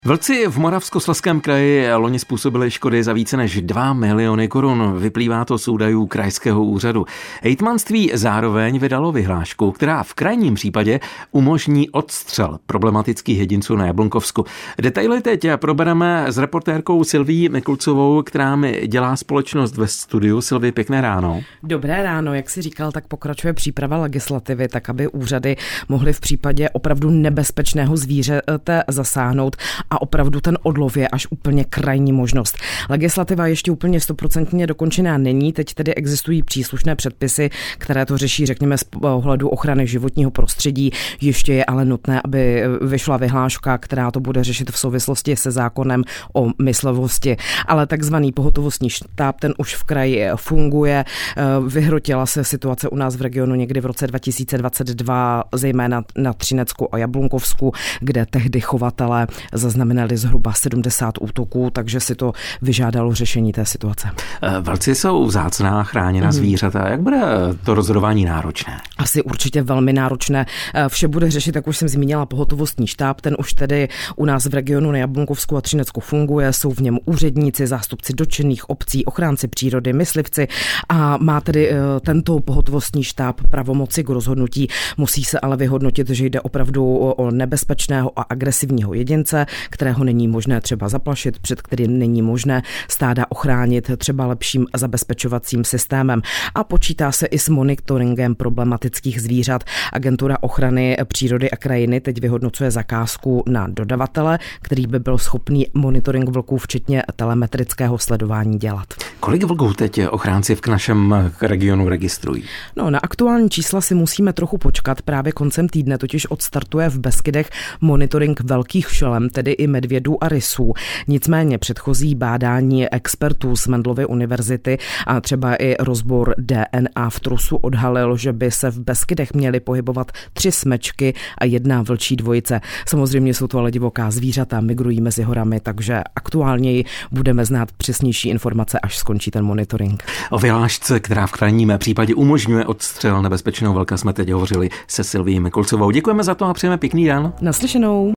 Vlci v Moravskoslezském kraji loni způsobili škody za více než 2 miliony korun. Vyplývá to z údajů krajského úřadu. Hejtmanství zároveň vydalo vyhlášku, která v krajním případě umožní odstřel problematických jedinců na Jablunkovsku. Detaily teď probereme s reportérkou Silví Mikulcovou, která mi dělá společnost ve studiu. Silví, pěkné ráno. Dobré ráno, jak jsi říkal, tak pokračuje příprava legislativy, tak aby úřady mohly v případě opravdu nebezpečného zvířete zasáhnout. A opravdu ten odlov je až úplně krajní možnost. Legislativa ještě úplně 100% dokončená není, teď tedy existují příslušné předpisy, které to řeší, řekněme, z pohledu ochrany životního prostředí. Ještě je ale nutné, aby vyšla vyhláška, která to bude řešit v souvislosti se zákonem o myslivosti. Ale takzvaný pohotovostní štáb, ten už v kraji funguje. Vyhrotila se situace u nás v regionu někdy v roce 2022, zejména na Třinecku a Jablunkovsku, kde tehdy chovatelé zaznamenali zhruba 70 útoků, takže si to vyžádalo řešení té situace. Vlci jsou vzácná chráněná zvířata. Jak bude to rozhodování náročné? Asi určitě velmi náročné. Vše bude řešit, jak už jsem zmínila, pohotovostní štáb. Ten už tedy u nás v regionu na Jablunkovsku a Třinecku funguje. Jsou v něm úředníci, zástupci dotčených obcí, ochránci přírody, myslivci a má tedy tento pohotovostní štáb pravomoci k rozhodnutí. Musí se ale vyhodnotit, že jde opravdu o nebezpečného a agresivního jedince, kterého není možné třeba zaplašit, před kterým není možné stáda ochránit třeba lepším zabezpečovacím systémem. A počítá se i s monitoringem problematických zvířat. Agentura ochrany přírody a krajiny teď vyhodnocuje zakázku na dodavatele, který by byl schopný monitoring vlků včetně telemetrického sledování dělat. Kolik vlků teď ochránci v našem regionu registrují? No, na aktuální čísla si musíme trochu počkat. Právě koncem týdne totiž odstartuje v Beskydech monitoring velkých šelem, tedy i medvědů a rysů. Nicméně předchozí bádání expertů z Mendelovy univerzity a třeba i rozbor DNA v trusu odhalil, že by se v Beskydech měly pohybovat 3 smečky a 1 vlčí dvojice. Samozřejmě jsou to ale divoká zvířata, migrují mezi horami, takže aktuálněji budeme znát přesnější informace, až skončí ten monitoring. O vyhlášce, která v krajním případě umožňuje odstřel nebezpečného vlka, jsme teď hovořili se Silví Mikulcovou. Děkujeme za to a přejeme pěkný den. Naslyšenou.